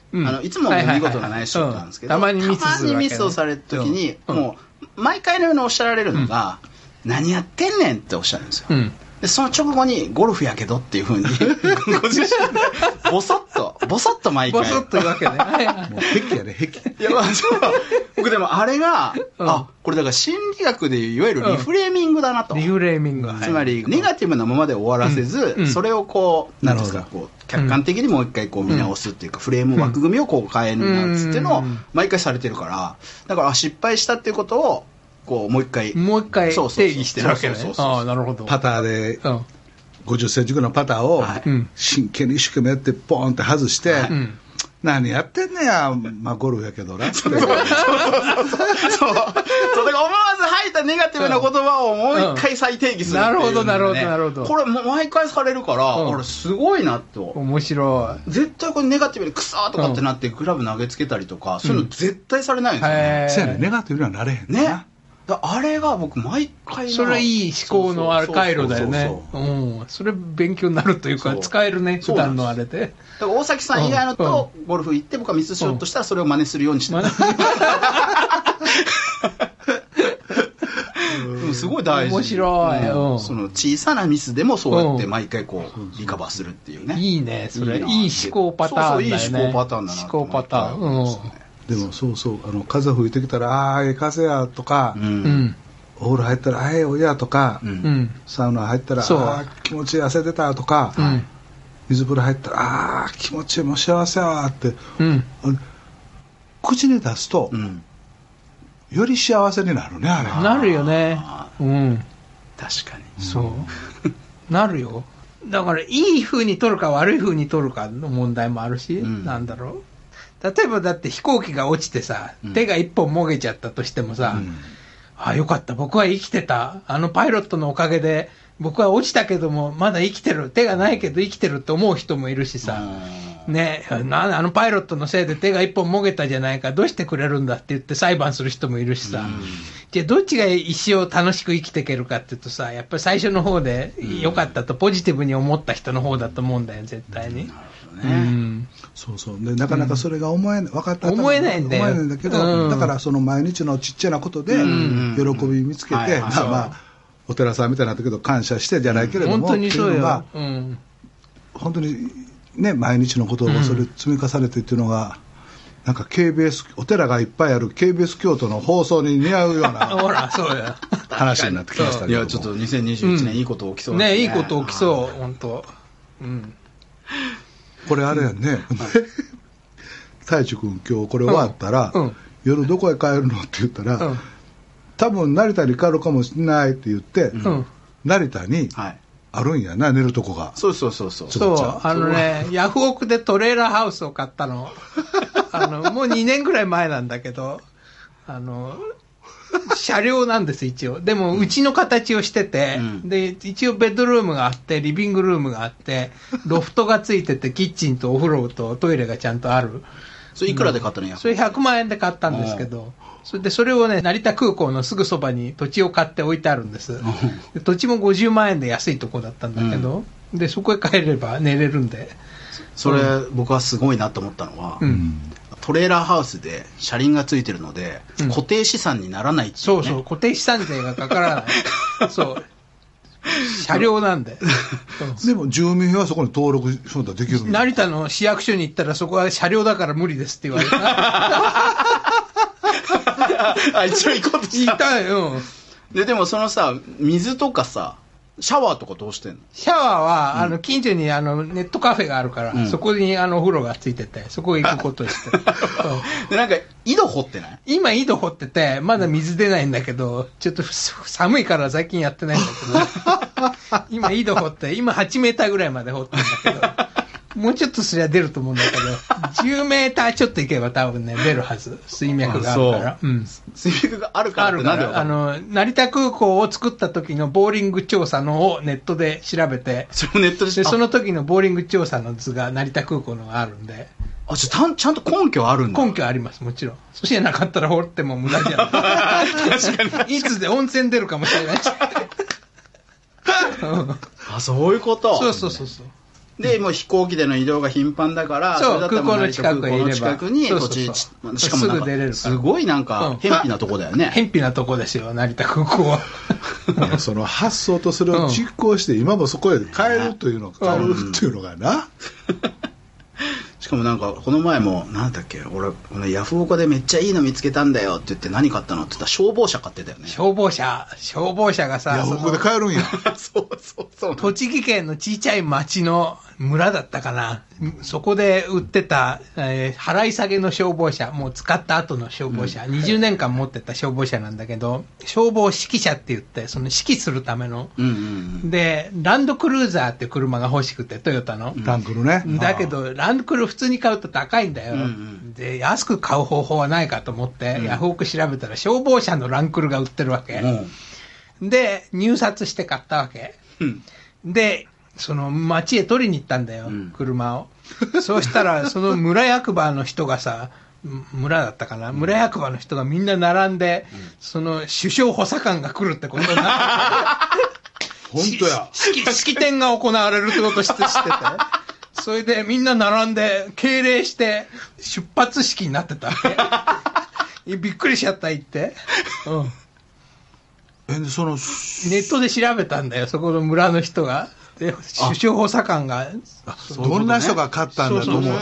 うん、あのいつも見事なナイスショットなんですけど、 はいはいはいうん、たまにミスするわけ、ね、 たまにミスをされた時に、うん、もう毎回のようにおっしゃられるのが、うん、何やってんねんっておっしゃるんですよ、うん、でその直後にゴルフやけどっていう風にご自身でボソッとボソッと毎回ボソッと言うわけねもう癖やね癖いや、まあ、そう僕でもあれが、うん、あこれだから心理学でいわゆるリフレーミングだなと、 うん、リフレーミング、 つまりネガティブなままで終わらせず、うん、それをこう何ですかこう客観的にもう一回こう見直すっていうか、うん、フレーム枠組みをこう変えるなんつってのを毎回されてるからだから失敗したっていうことをこうもう一回もう一回定義してるわけね。ああなるほど。 パターでごじゅっセンチぐらいのパターを真剣に一生懸命やってポーンって外して、はい、何やってんねや、まあゴルフやけどなってそうそうそうそうそうだから思わず吐いたネガティブな言葉をもう一回再定義するっていう、ね、 なるほどなるほどなるほど。 これ毎回されるから、うん、俺すごいなと面白い。 絶対これネガティブにクソーとかってなってグラブ投げつけたりとか、うん、そういうの絶対されないんですよね。 そうやね、ネガティブにはなれへんね。 ねあれが僕毎回それいい思考の回路だよね。それ勉強になるというか使えるね普段のあれで。 だから大崎さん以外のとゴルフ行って僕はミスショットしたらそれを真似するようにしてる。すごい大事。 面白い、 うん、その小さなミスでもそうやって毎回こうリカバーするっていうね。 いいねそれいい思考パターンだよね。 そうそういい思考パターンだなと思考パターン、うん、 でもそうそうあの風吹いてきたらああええ風やとか、うん、お風呂入ったらあええおやとか、うん、サウナ入ったらああ気持ちいい汗出たとか、うん、水風呂入ったらああ気持ちいいもう幸せやって、うん、口に出すと、うん、より幸せになるねあれ。 なるよね。うん確かにそうなるよ。だからいい風に取るか悪い風に取るかの問題もあるし、うん、なんだろう例えばだって飛行機が落ちてさ、うん、手が一本もげちゃったとしてもさ、うん、ああよかった僕は生きてたあのパイロットのおかげで僕は落ちたけどもまだ生きてる手がないけど生きてるって思う人もいるしさ、ねなあのパイロットのせいで手が一本もげたじゃないかどうしてくれるんだって言って裁判する人もいるしさ、うん、じゃあどっちが一生楽しく生きていけるかって言うとさやっぱり最初の方でよかったとポジティブに思った人の方だと思うんだよ絶対に。 ねうん、そうそうでなかなかそれが思えない、分かった思えないんだよ。 思えないんだけど、うん、だからその毎日のちっちゃなことで喜び見つけて、まあまあお寺さんみたいになったけど感謝してじゃないけれども、うん、 本当にそうよ、 うん、本当にね毎日のことをそれ積み重ねてっていうのが、うん、なんか ケービーエス お寺がいっぱいある ケービーエス 京都の放送に似合うようなほらそうや話になってきましたけど。 いやちょっとにせんにじゅういちねんいいこと起きそうですね。 ねいいこと起きそう本当。うんこれあれやね、太一君今日これ終わったら、うんうん、夜どこへ帰るのって言ったら、うん、多分成田に帰るかもしれないって言って、うん、成田にあるんやな、寝るとこが。 そうそうそうそう。 そうあのねヤフオクでトレーラーハウスを買ったのあのもうにねんぐらい前なんだけどあの車両なんです一応。でもうちの形をしてて、うん、で一応ベッドルームがあってリビングルームがあってロフトがついててキッチンとお風呂とトイレがちゃんとある。 それいくらで買ったのや、うん、 それひゃくまんえんで買ったんですけど、それでそれをね成田空港のすぐそばに土地を買って置いてあるんです。で土地もごじゅうまんえんで安いとこだったんだけど、うん、でそこへ帰れば寝れるんで。 それ、うん、僕はすごいなと思ったのは、うんトレーラーハウスで車輪がついてるので、うん、固定資産にならないっていう、ね、 そうそう固定資産税がかからないそう車両なんででも住民はそこに登録しようとできるんだ。 成田の市役所に行ったらそこは車両だから無理ですって言われたあ一応行こうとした。 言ったよ、うん、 ででもそのさ水とかさシャワーとかどうしてんの？ シャワーは、うん、あの近所にあのネットカフェがあるから、うん、そこにあのお風呂がついててそこへ行くことしてでなんか井戸掘ってない？ 今井戸掘っててまだ水出ないんだけどちょっと寒いから最近やってないんだけど今井戸掘って今はちメーターぐらいまで掘ってるんだけどもうちょっとすりゃ出ると思うんだけどじゅうメーターちょっと行けば多分ね出るはず。水脈があるから。うん、 水脈があるからってなんでわかる？ あの成田空港を作った時のボーリング調査のをネットで調べてそれネットででその時のボーリング調査の図が成田空港のがあるんで。 あちょちゃんと根拠あるんだ。 根拠ありますもちろん。そしてなかったら掘っても無駄じゃない確かにいつで温泉出るかもしれないしあそういうこと。 そうそうそうそうで、もう飛行機での移動が頻繁だから、 そう、空港の近くにいれば。空港の近くに土地、しかもなんか、すごいなんか、偏僻なとこだよね。 偏僻なとこですよ、成田空港は。 その発想とそれを実行して、今もそこへ帰るというのが、帰るっていうのがな。 しかもなんかこの前もなんだっけ俺俺ヤフオクでめっちゃいいの見つけたんだよって言って何買ったのって言ったら消防車買ってたよね。 消防車消防車がさヤフオクで買えるんやそうそうそう栃木県のちいちゃい町の村だったかな、そこで売ってた、えー、払い下げの消防車、もう使った後の消防車、うん、にじゅうねんかん持ってた消防車なんだけど、消防指揮車って言ってその指揮するための、うんうんうん、でランドクルーザーって車が欲しくて、トヨタの、 うん、ランクルね、 だけどランドクル普通に買うと高いんだよ、うんうん、で安く買う方法はないかと思って、うん、ヤフオク調べたら消防車のランクルが売ってるわけ、うん、で入札して買ったわけ、うん、でその町へ取りに行ったんだよ、うん、車を。そうしたらその村役場の人がさ、村だったかな、村役場の人がみんな並んで、うん、その首相補佐官が来るってことになって本当や式式典が行われるってことしてしてて、それでみんな並んで敬礼して出発式になってたわけびっくりしちゃった言って、うん、 えそのネットで調べたんだよ、そこの村の人が。で首相補佐官がどんな人が勝ったんだと思って、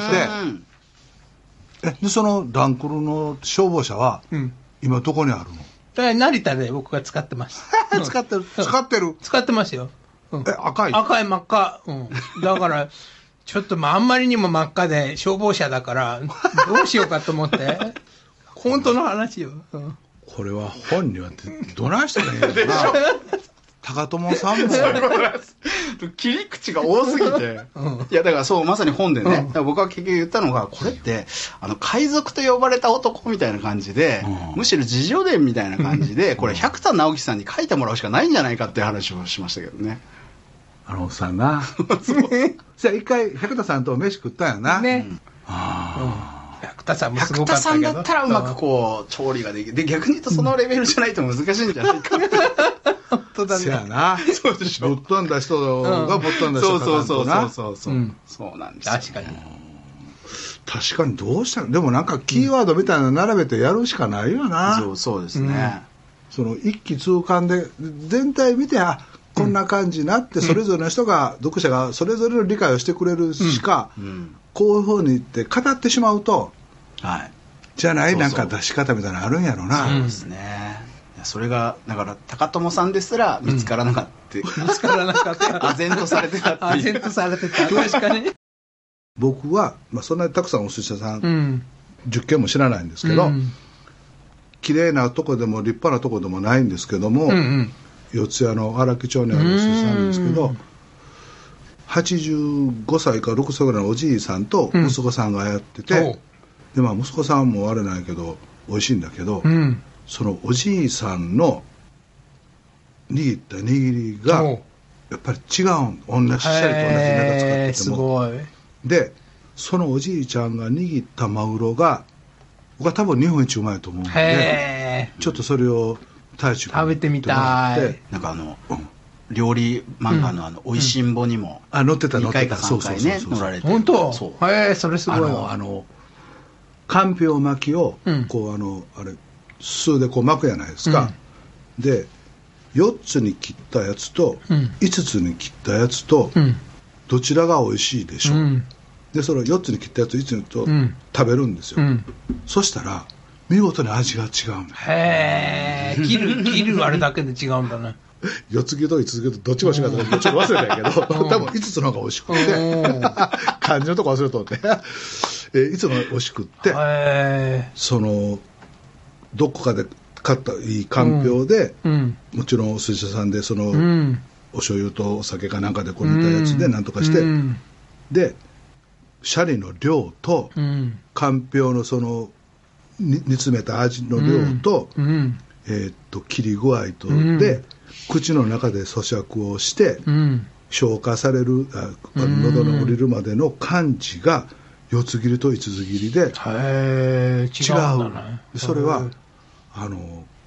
えでそのランクルの消防車は、うん、今どこにあるの？ だから成田で僕が使ってます使ってる使ってる使ってますよ、 うん、え赤い赤い真っ赤、うん、だからちょっとまああんまりにも真っ赤で消防車だからどうしようかと思って本当の話よ、うん、 これは本にはどないしたらいいのかな高友さんも切り口が多すぎて、うん、いやだからそうまさに本でね、うん、僕は結局言ったのがこれってあの海賊と呼ばれた男みたいな感じで、うん、むしろ自叙伝みたいな感じで、うん、これ百田直樹さんに書いてもらうしかないんじゃないかっていう話をしましたけどね。 あのおっさんなじゃあ一回百田さんと飯食ったんやなね、うん、 あ百田さんもすごかったけど、 百田さんだったらうまくこう調理ができる。で逆に言うとそのレベルじゃないと難しいんじゃないか本当だね。 せやな。そうでしょ。ぶっ飛んだ人がぶっ飛んだ人かなんとな。 そうそうそうそう、うん、そうなんですよ。 確かに。 確かにどうしたの。でもなんかキーワードみたいなの並べてやるしかないよな。 うん、そうそうですね。 うん、その一気通貫で全体見てあこんな感じになって、うん、それぞれの人が読者がそれぞれの理解をしてくれるしか、うんうん、こういうふうに言って語ってしまうと、はい、じゃないそうそうなんか出し方みたいなのあるんやろな。 そうですね。それがだから高友さんですら見つからなかった、うん、 見つからなかった唖然とされてたっていう唖然とされてた確かに僕は、まあ、そんなにたくさんお寿司屋さん、うん、じゅっけんも知らないんですけど、うん、綺麗なとこでも立派なとこでもないんですけども、うんうん、四谷の荒木町にあるお寿司屋さんなんですけど、はちじゅうごさいかろくさいぐらいのおじいさんと息子さんがやってて、うん、でまあ息子さんもあれなんやけど美味しいんだけど、うんそのおじいさんの握った握りがやっぱり違うん同じしっかりと同じネタ使っててもすごいでそのおじいちゃんが握ったマグロが僕は多分日本一うまいと思うのでちょっとそれを大地君食べてみたいなんかあの、うん、料理漫画のあの、うん、おいしんぼにも、 うん、あ載ってたにかいかさんかいね載られて本当そうへえそれすごいあのあのかんぴょう巻きを、うん、こうあのあれ数でこう巻くじゃないですか、うん、でよっつに切ったやつと、うん、いつつに切ったやつと、うん、どちらが美味しいでしょう、うん、でそれをよっつに切ったやついつにと、うん、食べるんですよ、うん、そしたら見事に味が違うんだへえ切る切るあれだけで違うんだねよっつ切りといつつ切りとどっちが美味しいかとかちょっと忘れたんやけど多分いつつの方が美味しくって漢字のとこ忘れとってえいつも美味しくってそのどこかで買ったいいかんぴょうで、うん、もちろんお寿司屋さんでその、うん、お醤油とお酒かなんかでこねたやつでなんとかして、うん、でシャリの量と、うん、かんぴょうのその煮詰めた味の量と、うん、えー、っと切り具合とで、うん、口の中で咀嚼をして、うん、消化されるあ喉の降りるまでの感じが四つ切りと五つ切りで違う、 違うんだね、 それはあの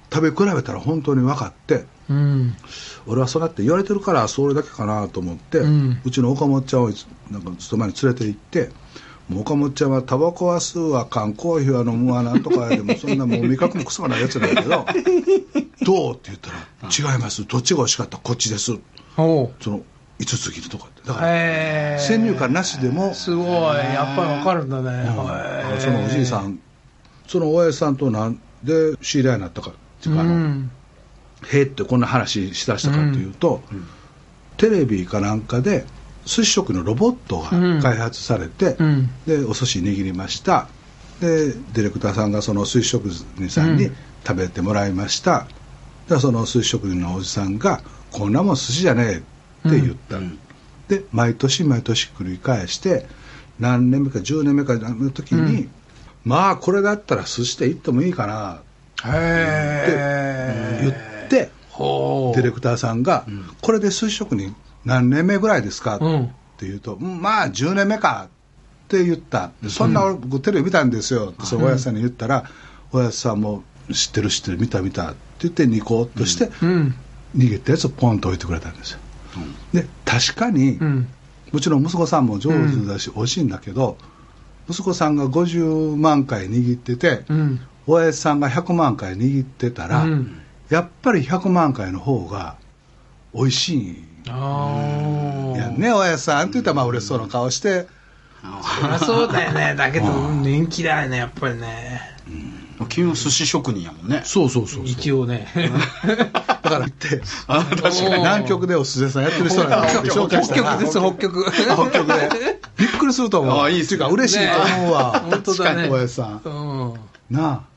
食べ比べたら本当に分かって、 うん、 俺はそうやって言われてるからそれだけかなと思って、うん、うちの岡本ちゃんをなんかずっと前に連れて行って、もう岡本ちゃんはタバコは吸うわ、缶コーヒーは飲むわなんとかでもそんなもう味覚もクソもないやつなんだけどどうって言ったら、違います、どっちが美味しかった、こっちです、そのいつつ切るとかって、だから先入観なしでもすごいやっぱり分かるんだね、 うん、そのおじいさん、その親父さんとなんで知り合いになったかっていうか、うん、へえってこんな話しだしたかっていうと、うん、テレビかなんかで寿司職のロボットが開発されて、うん、でお寿司握りました、でディレクターさんがその寿司職人さんに食べてもらいました、うん、でその寿司職人のおじさんがこんなもん寿司じゃねえって言った、うん、で毎年毎年繰り返して何年目かじゅうねんめかの時に、うん、まあこれだったら寿司で行ってもいいかなって言って、ディレクターさんが、うん、これで寿司職人何年目ぐらいですか、うん、って言うと、まあじゅうねんめかって言った、そんな僕テレビ見たんですよってそのおやつさんに言ったら、うん、おやつさんも知ってる知ってる見た見たって言ってニコッとして、うん、逃げたやつをポンと置いてくれたんですよ、うん、で確かに、うん、もちろん息子さんも上手だし、うん、美味しいんだけど、息子さんがごじゅうまんかい握ってて、うん、おやつさんがひゃくまんかい握ってたら、うん、やっぱりひゃくまんかいの方が美味しい。あいやね、おやつさんって言ったらまあ嬉しそうな顔して、 そりゃそうだよね。だけど人気だよねやっぱりね、 うん、君も寿司職人やもんね。 そうそうそうそう、 一応ねだから言ってあ確かに南極でお寿司屋さんやってる人なんで紹介したら北極です北極北極でびっくりすると思う。あいいっていうか嬉しいと思うわ、 ね、本当だね、 おやつさん、うん、なあ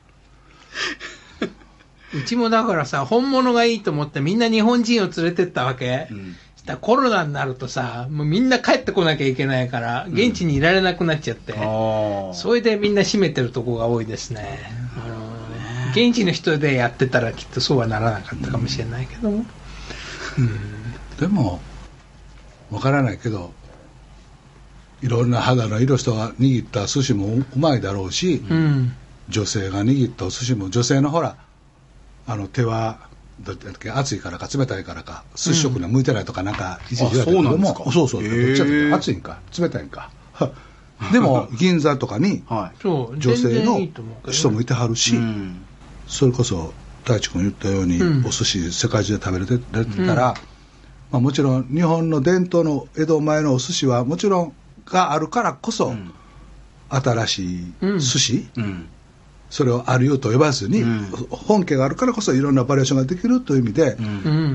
うちもだからさ、本物がいいと思ってみんな日本人を連れてったわけ、うん、したらコロナになるとさ、もうみんな帰ってこなきゃいけないから現地にいられなくなっちゃって、うん、それでみんな閉めてるとこが多いですね。あの現地の人でやってたらきっとそうはならなかったかもしれないけども、 うんうん、でもわからないけどいろんな肌の色人が握った寿司もうまいだろうし、うん、女性が握ったお寿司も、女性のほらあの手はどっけ熱いからか冷たいからか寿司職には向いてないとかなんか一時言われたけども、そうそうそう、どっちだって熱いんか冷たいんかでも銀座とかに女性の人もいてはるし、それこそ太一君言ったように、うん、お寿司世界中で食べれてたら、うんまあ、もちろん日本の伝統の江戸前のお寿司はもちろんがあるからこそ、うん、新しい寿司、うんうんそれをあるよと呼ばずに、うん、本家があるからこそいろんなバリエーションができるという意味で、うん、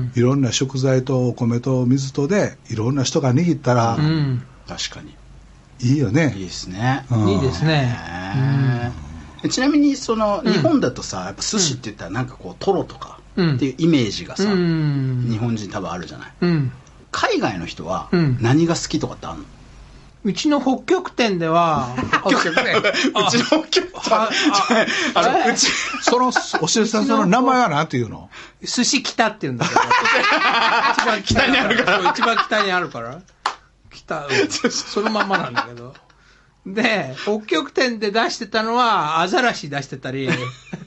いろんな食材とお米と水とでいろんな人が握ったら、うん、 確かにいいよね。 いいですね、 うん、いいですね、 うん、ちなみにその日本だとさ、やっぱ寿司って言ったらなんかこうトロとかっていうイメージがさ、うん、日本人多分あるじゃない、うん、海外の人は何が好きとかってあるの？ うちの北極店では北極店うちの北極店あのうちそのおしるさんその名前は何ていうの？ 寿司北っていうんだけど一番北にあるから一番北にあるから北そのまんまなんだけどで北極店で出してたのはアザラシ出してたり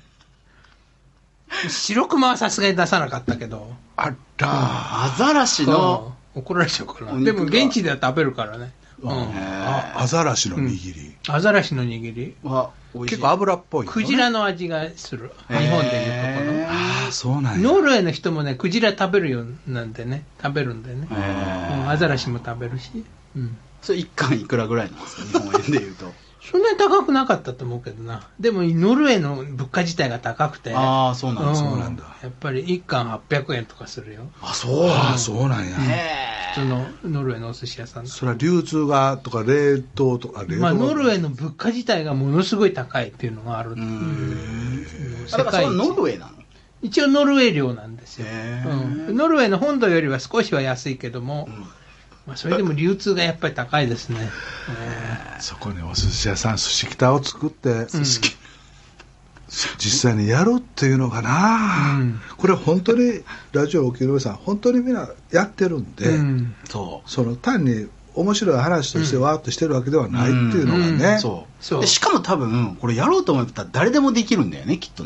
白熊はさすがに出さなかったけど、 あらアザラシの怒られちゃうからでも現地では食べるからね、 うん、あアザラシの握り、 うん、アザラシの握りは結構油っぽい、ね、 クジラの味がする、日本でいうとこの。 ああそうなんや。 ノルウェーの人もねクジラ食べるようなんでね、食べるんでね、うん、アザラシも食べるし、うん、 それ一貫いくらぐらいなんですか、日本円でいうとそんなに高くなかったと思うけどな。でもノルウェーの物価自体が高くて、 ああそうなんだ、うん、 そうなんだ。 やっぱり一貫はっぴゃくえんとかするよ。 あそう、あそうなんや、うん、 普通のノルウェーのお寿司屋さん。 それは流通がとか冷凍とか冷凍、 まあ、ノルウェーの物価自体がものすごい高いっていうのがある。うん、 世界一。それノルウェーなの？ 一応ノルウェー領なんですよ、うん、ノルウェーの本土よりは少しは安いけども、うんまあ、それでも流通がやっぱり高いですね、 えー、そこにお寿司屋さん寿司北を作って、うん、実際にやるっていうのかな、うん、これ本当にラジオおきのさん本当にみんなやってるんで、うん、そうその単に面白い話としてわーっとしてるわけではないっていうのがね、うんうんうん、 そうそうでしかも多分これやろうと思ったら誰でもできるんだよねきっとね。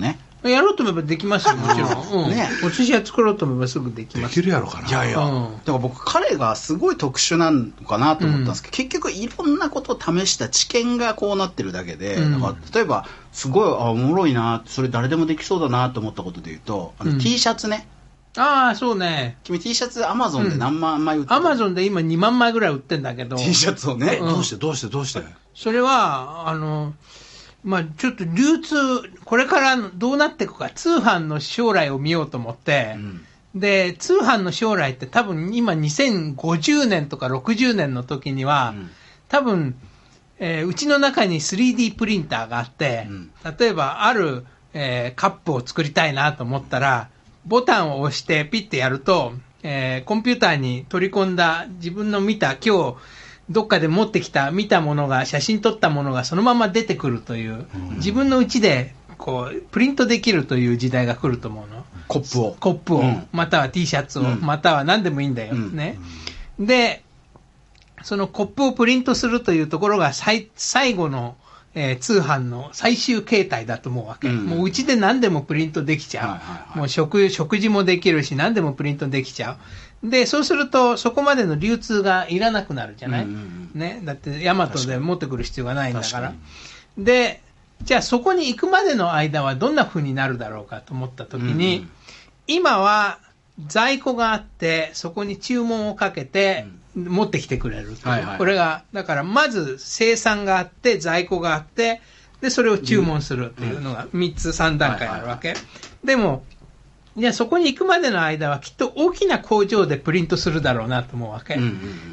やろうと思えばできますよ、もちろん。うん、ね、お寿司屋作ろうと思えばすぐできます。 できるやろかな。 いやいや、うん、だから僕、彼がすごい特殊なのかなと思ったんですけど、うん、結局いろんなことを試した知見がこうなってるだけで、うん、だから例えば、すごい、あ、おもろいな、それ誰でもできそうだなと思ったことで言うと、あの、うん、T シャツね。 ああ、そうね。 君 T シャツアマゾンで何万枚売ってる？ アマゾンで今にまんまいぐらい売ってんだけど。 T シャツをね。 うん、どうしてどうしてどうしてそれは、あの、まあ、ちょっと流通、これからどうなっていくか、通販の将来を見ようと思って、うん、で、通販の将来って多分今にせんごじゅうねんとかろくじゅうねんの時には、うん、多分、えー、うちの中に スリーディー プリンターがあって、うん、例えばある、えー、カップを作りたいなと思ったら、ボタンを押してピッてやると、えー、コンピューターに取り込んだ自分の見た今日、どっかで持ってきた見たものが写真撮ったものがそのまま出てくるという、うん、自分の家でこうプリントできるという時代が来ると思うの。 コップをコップを、うん、または T シャツを、うん、または何でもいいんだよ、うん、ね。でそのコップをプリントするというところが最最後の、えー、通販の最終形態だと思うわけ、うん、もううちで何でもプリントできちゃう、はいはいはい、もう 食, 食事もできるし何でもプリントできちゃう。で、そうすると、そこまでの流通がいらなくなるじゃない、うんうんうん、ね。だって、ヤマトで持ってくる必要がないんだから。かで、じゃあそこに行くまでの間はどんな風になるだろうかと思ったときに、うんうん、今は在庫があって、そこに注文をかけて持ってきてくれる、うんはいはい。これが、だからまず生産があって、在庫があって、で、それを注文するっていうのがみっつさん段階あるわけ。はいはいはい、でも、じゃあそこに行くまでの間はきっと大きな工場でプリントするだろうなと思うわけ、うんうんうん、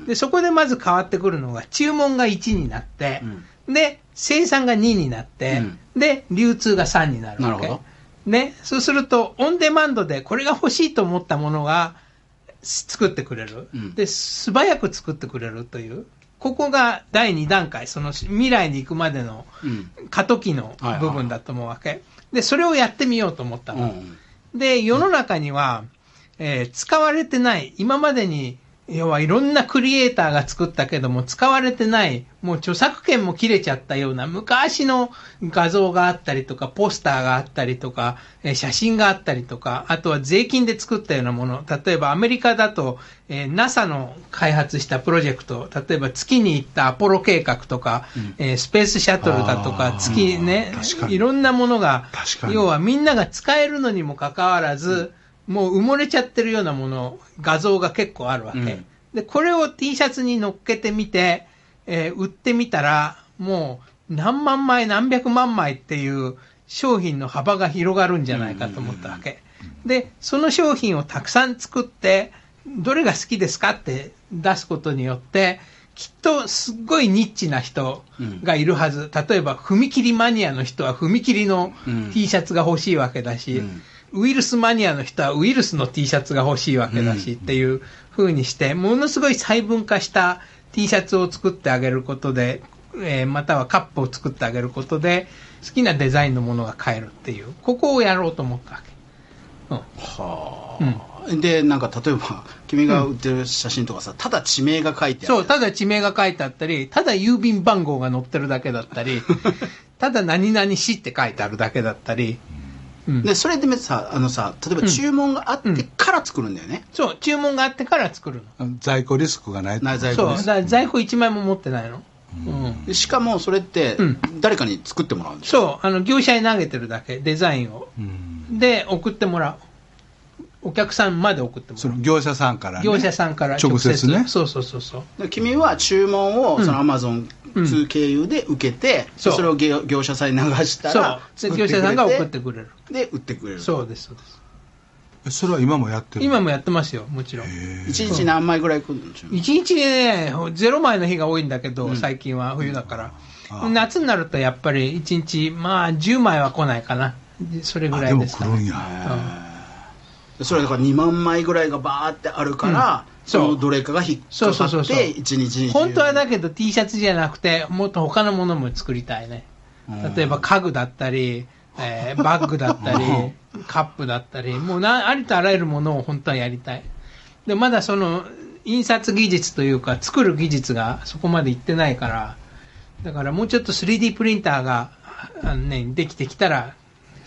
でそこでまず変わってくるのが注文がいちになって、うん、で生産がにになって、うん、で流通がさんになるわけ。なるほど、ね、そうするとオンデマンドでこれが欲しいと思ったものが作ってくれる、うん、で素早く作ってくれるという、ここがだいに段階、その未来に行くまでの過渡期の部分だと思うわけ、はいはいはい、でそれをやってみようと思ったの、うんで、世の中には、えー、使われてない、今までに、要はいろんなクリエイターが作ったけども、使われてない、もう著作権も切れちゃったような昔の画像があったりとか、ポスターがあったりとか、えー、写真があったりとか、あとは税金で作ったようなもの、例えばアメリカだと、えー、ナサ の開発したプロジェクト、例えば月に行ったアポロ計画とか、うんえー、スペースシャトルだとか、月ね、いろんなものが、要はみんなが使えるのにもかかわらず、うん、もう埋もれちゃってるようなもの、画像が結構あるわけ。うん、で、これを T シャツに乗っけてみて、えー、売ってみたら、もう何万枚何百万枚っていう商品の幅が広がるんじゃないかと思ったわけ。で、その商品をたくさん作って、どれが好きですかって出すことによって、きっとすっごいニッチな人がいるはず。例えば、踏切マニアの人は踏切の T シャツが欲しいわけだし、うんうん、ウイルスマニアの人はウイルスの T シャツが欲しいわけだし、っていう風にして、ものすごい細分化した T シャツを作ってあげることで、えー、またはカップを作ってあげることで、好きなデザインのものが買えるっていう、ここをやろうと思ったわけ。うん、はあ、うん。で、なんか例えば、君が売ってる写真とかさ、うん、ただ地名が書いてある。 そう、ただ地名が書いてあったり、ただ郵便番号が載ってるだけだったり、ただ何々市って書いてあるだけだったり。 うん、で、それでさ、あのさ、例えば注文があってから作るんだよね。 うんうん、そう、注文があってから作るの。 在庫リスクがない。 ない在庫リスク。 そう、だ在庫いちまいも持ってないの。 うん、しかもそれって誰かに作ってもらうんでしょ、 うん、そう、あの業者に投げてるだけ、デザインを、うん、で送ってもらう、お客さんまで送ってもらう、 その業者さんからね、 業者さんから直接、 直接ね、 そうそうそうそう、 君は注文をそのアマゾン通経由で受けて、うん、それを 業, 業者さんに流したら、 そう業者さんが送ってくれる、 で売ってくれる、 そうですそうです。 それは今もやってる？ 今もやってますよ、もちろん。 いちにち何枚ぐらい来るんでしょう？ いちにちでね、ゼロまいの日が多いんだけど、うん、最近は冬だから。うん、夏になるとやっぱりいちにち、まあじゅうまいは来ないかな。それぐらいですか、ね。 でも来るんや。 うん、それだからにまんまいぐらいがバーってあるから、うん、そのどれかが引っかかっていちにちに。 本当はだけど T シャツじゃなくて、もっと他のものも作りたいね。例えば家具だったり、えー、バッグだったりカップだったり、もうなありとあらゆるものを本当はやりたい。でまだその印刷技術というか作る技術がそこまでいってないから、だからもうちょっと スリーディー プリンターが、ね、できてきたら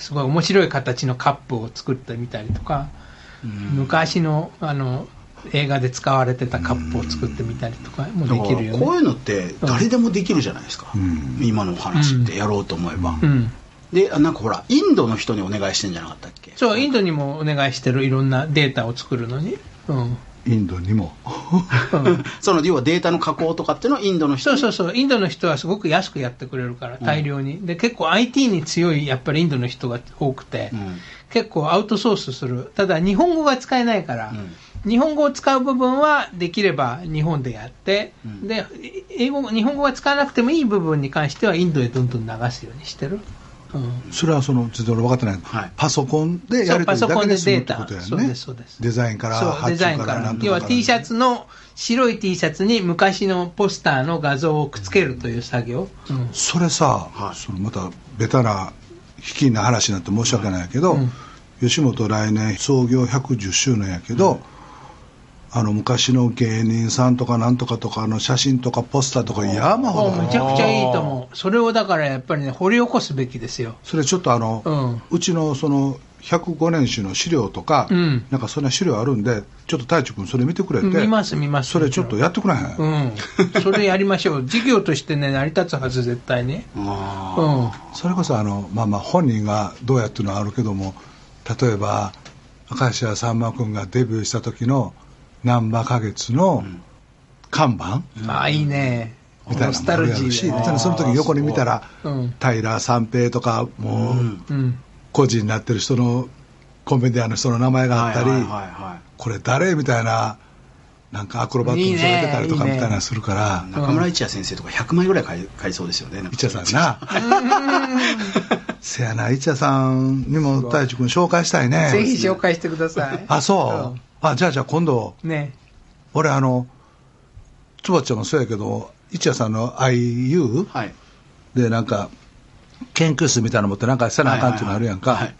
すごい面白い形のカップを作ってみたりとか、うん、昔のあの映画で使われてたカップを作ってみたりとかもできるよね。 こういうのって誰でもできるじゃないですか、うん、今の話ってやろうと思えば、うん、でなんかほらインドの人にお願いしてんじゃなかったっけ。 そう、インドにもお願いしてる、いろんなデータを作るのに、うん、 インドにもその要はデータの加工とかっていうのはインドの人。 そうそうそう、インドの人はすごく安くやってくれるから、大量に、うん、で結構 アイティー に強いやっぱりインドの人が多くて、うん、結構アウトソースする。ただ日本語が使えないから、うん、日本語を使う部分はできれば日本でやって、うん、で英語日本語が使わなくてもいい部分に関してはインドへどんどん流すようにしてる。うん、 それはそのちょっと分かってない、はい、パソコンでやるというだけで済むってことやね。 そうですそうです。 デザインから発注からなんとか。 要は T シャツの白い T シャツに昔のポスターの画像をくっつけるという作業、 うんうん、それさ、はい、そのまたベタな卑近な話になって申し訳ないけど、うん、吉本来年創業ひゃくじゅっしゅうねんやけど、うん、あの昔の芸人さんとかなんとかとかの写真とかポスターとか山ほどめちゃくちゃいいと思う。それをだからやっぱりね掘り起こすべきですよ。 それちょっとあの、うん、うちのそのひゃくごねん史の資料とか、うん、なんかそんな資料あるんでちょっと太一君それ見てくれて。 見ます見ます。 それちょっとやってくれへん、 うん、それやりましょう。事業としてね成り立つはず絶対ね。 あ、うん、それこそあのまあまあ本人がどうやっていうのはあるけども、例えば明石家さんま君がデビューした時のなんばか月の看板、 うん、ああいいねみたいなのもあるやろし、その時横に見たら、うん、平三平とかもう、うん、個人になってる人のコメディアンの人の名前があったり、はいはいはいはい、これ誰みたいななんかアクロバットにされてたりとかみたいなするから、 いいね、中村一也先生とかひゃくまいぐらい買い、買いそうですよね。 一也さんなせやな、一也さんにも太一君紹介したいね。 ぜひ紹介してください。 あ、そう、あ、じゃあじゃあ今度、ね、俺あのつばちゃんもそうやけど一也さんの アイユー、はい、でなんか研究室みたいなの持ってなんかせなあかんっていうのあるやんか、はいはいはい、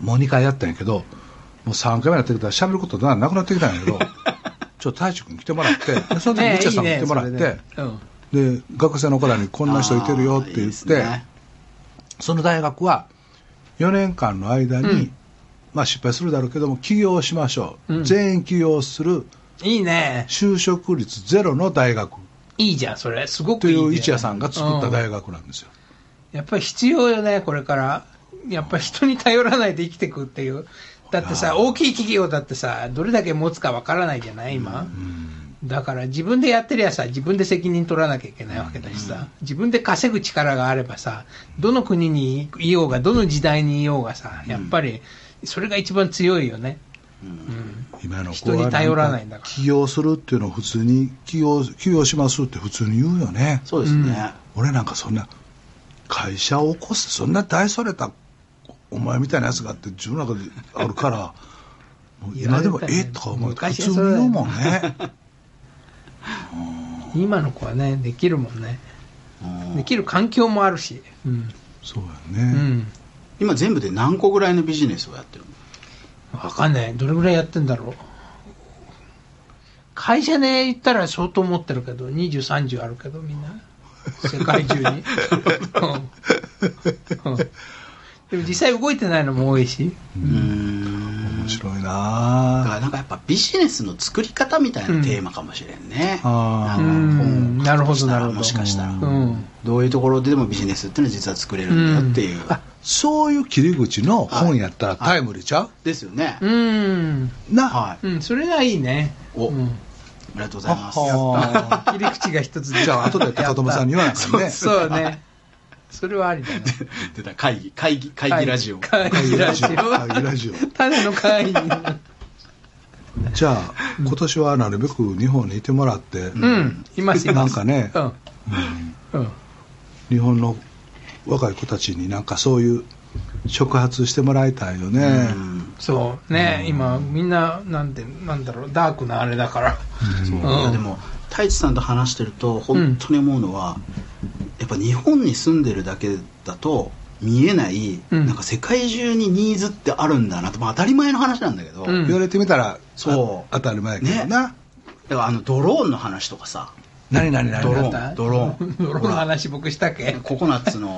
もうにかいやったんやけどもうさんかいめになってきたら喋ることなくなってきたんやけどちょっと太一君来てもらってその時に一也さんも来てもらって、ねいいねうん、で学生の子らにこんな人いてるよって言って、ね、その大学はよねんかんの間に、うんまあ、失敗するだろうけども起業しましょう、うん、全員起業するいいね就職率ゼロの大学いいじゃんそれすごくいい、 ね、という一也さんが作った大学なんですよ、 うん、やっぱり必要よねこれからやっぱり人に頼らないで生きていくっていうだってさ大きい企業だってさどれだけ持つかわからないじゃない今、うん、だから自分でやってりゃさ自分で責任取らなきゃいけないわけだしさ、うん、自分で稼ぐ力があればさどの国にいようがどの時代にいようがさやっぱりそれが一番強いよね、うんうん、 今の人に頼らないんだから起業するっていうのを普通に起業、起業しますって普通に言うよね。 そうですね、 うん、俺なんかそんな会社を起こすそんな大それたお前みたいなやつがあって自分の中であるからもう今でもえっとか思うと普通に言うもんね今の子はねできるもんねできる環境もあるし、うん、 そうやね、うん、 今全部で何個ぐらいのビジネスをやってるの？ 分かんないどれぐらいやってんだろう。会社で言ったら相当持ってるけどにじゅう、さんじゅうあるけどみんな世界中に、うんうん、でも実際動いてないのも多いしうーん面白いな。 だからなんかやっぱビジネスの作り方みたいなテーマかもしれんね、 うん、あなんかなるほどなるほどもしかしたら、うん、どういうところででもビジネスっていうのは実は作れるんだよっていう、うん、あそういう切り口の本やったらタイムリーちゃう、はい、 ですよねうんな、 はいうん、それがいいねお、うん、ありがとうございます。 切り口が一つじゃあ後で高友さんに言わないからねそうねそれはありだね出た会議会議会議ラジオ会議ラジオ会議ラジオただの会議じゃあ今年はなるべく日本にいてもらって、 うん、いますいますなんかね、うんうんうん、日本の若い子たちになんかそういう触発してもらいたいよね、 うん、そうね、うん、今みんななんてなんだろうダークなあれだから、 うん、そう、うん、でも太一さんと話してると本当に思うのは、うん、やっぱ日本に住んでるだけだと見えない、うん、なんか世界中にニーズってあるんだなと、まあ、当たり前の話なんだけど、 うん、言われてみたらそう当たり前やけどな、ね、 だからあのドローンの話とかさ何何何ドローンドローンドローンの話僕したっけココナッツの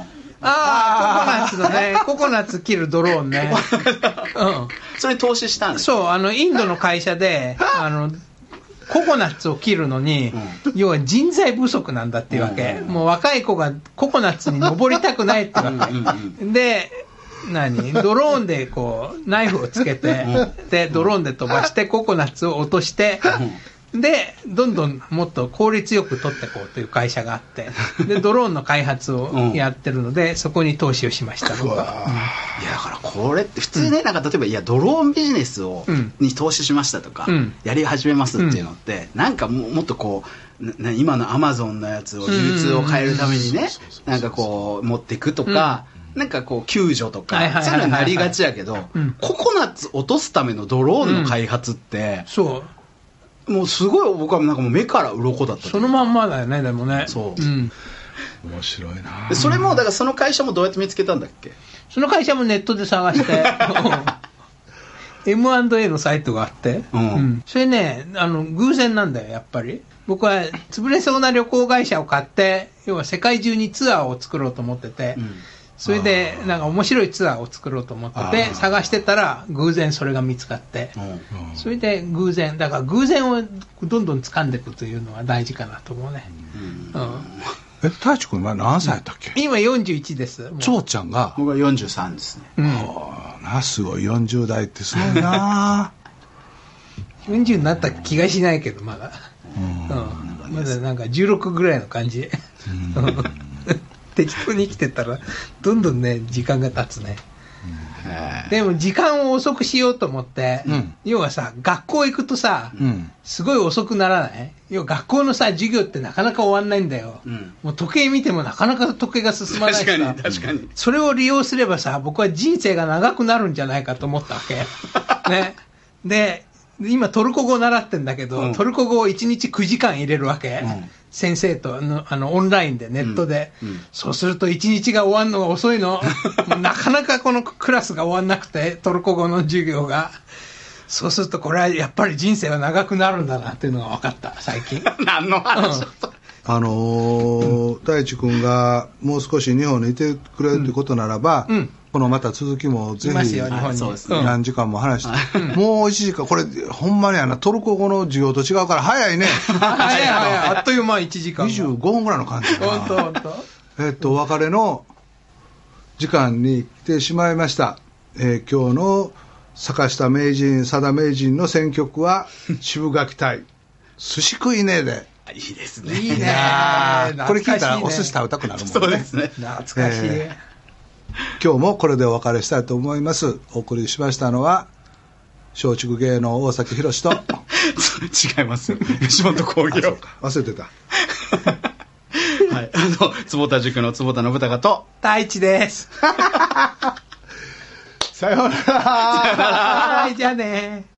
ああ、ココナッツのね、ココナッツ切るドローンね。 うん。それ投資したんですか？ そう、あの、インドの会社で、あの、ココナッツを切るのに、うん、要は人材不足なんだっていうわけ。うん、もう若い子がココナッツに登りたくないってわけ。うんうん、で、何ドローンでこう、ナイフをつけて、で、ドローンで飛ばしてココナッツを落として、で、どんどんもっと効率よく取っていこうという会社があって、で、ドローンの開発をやってるので、うん、そこに投資をしました、僕は。 いや、だからこれって普通ね、うん、なんか例えば、いや、ドローンビジネスを、うん、に投資しましたとか、うん、やり始めますっていうのって、うん、なんかももっとこう、な今のアマゾンのやつを流通を変えるためにね、なんかこう、持っていくとか、うん、なんかこう、救助とか、そういうのになりがちやけど、うん、ココナッツ落とすためのドローンの開発って、 うん、そう。 もうすごい僕はなんかもう目から鱗だった。 そのまんまだよね、でもね。 そう。 うん、 面白いな。 でそれもだからその会社もどうやって見つけたんだっけ？ その会社もネットで探して、エムアンドエー のサイトがあって、うんうん、それね、あの偶然なんだよやっぱり。僕は潰れそうな旅行会社を買って、要は世界中にツアーを作ろうと思ってて。うん、それでなんか面白いツアーを作ろうと思ってて探してたら偶然それが見つかって、それで偶然だから偶然をどんどん掴んでいくというのは大事かなと思うね。 うんうん、え、太一君今何歳だったっけ？ 今よんじゅういちです。 長ちゃんが僕はよんじゅうさんですね。 うん、はあ、なすごいよんじゅう代ってすごいな。 よんじゅうになった気がしないけどまだ、うんうん、まだなんかじゅうろくぐらいの感じ。うん適当に生きてたらどんどんね時間が経つね、うん、でも時間を遅くしようと思って、うん、要はさ学校行くとさ、うん、すごい遅くならない？要は学校のさ授業ってなかなか終わんないんだよ、うん、もう時計見てもなかなか時計が進まないしさ、 確かに確かにそれを利用すればさ僕は人生が長くなるんじゃないかと思ったわけね。で今トルコ語を習ってんだけど、うん、トルコ語をいちにちくじかん入れるわけ、うん、先生とのあのオンラインでネットで、うんうん、そうするといちにちが終わるのが遅いのなかなかこのクラスが終わんなくてトルコ語の授業がそうするとこれはやっぱり人生は長くなるんだなっていうのが分かった最近何の話、うん、 あのー、太一君がもう少し日本にいてくれるということならば、うんうん、このまた続きもぜひ何時間も話して、うん、もういちじかんこれほんまにあのトルコ語の授業と違うから早いね早い早いあっという間いちじかんにじゅうごふんぐらいの感じかな。 本当本当。 えっとお別れの時間に来てしまいました、えー、今日の坂下名人佐田名人の選曲は渋垣隊寿司食いねでいいですね。 いいね。 これ聞いたらお寿司食べたくなるもんね。 そうですね。 懐かしい、えー、 今日もこれでお別れしたいと思います。お送りしましたのは松竹芸能大崎宏と違います吉本興業忘れてたはい、あの坪田塾の坪田信孝と太一ですさようなら。 はい、じゃあね。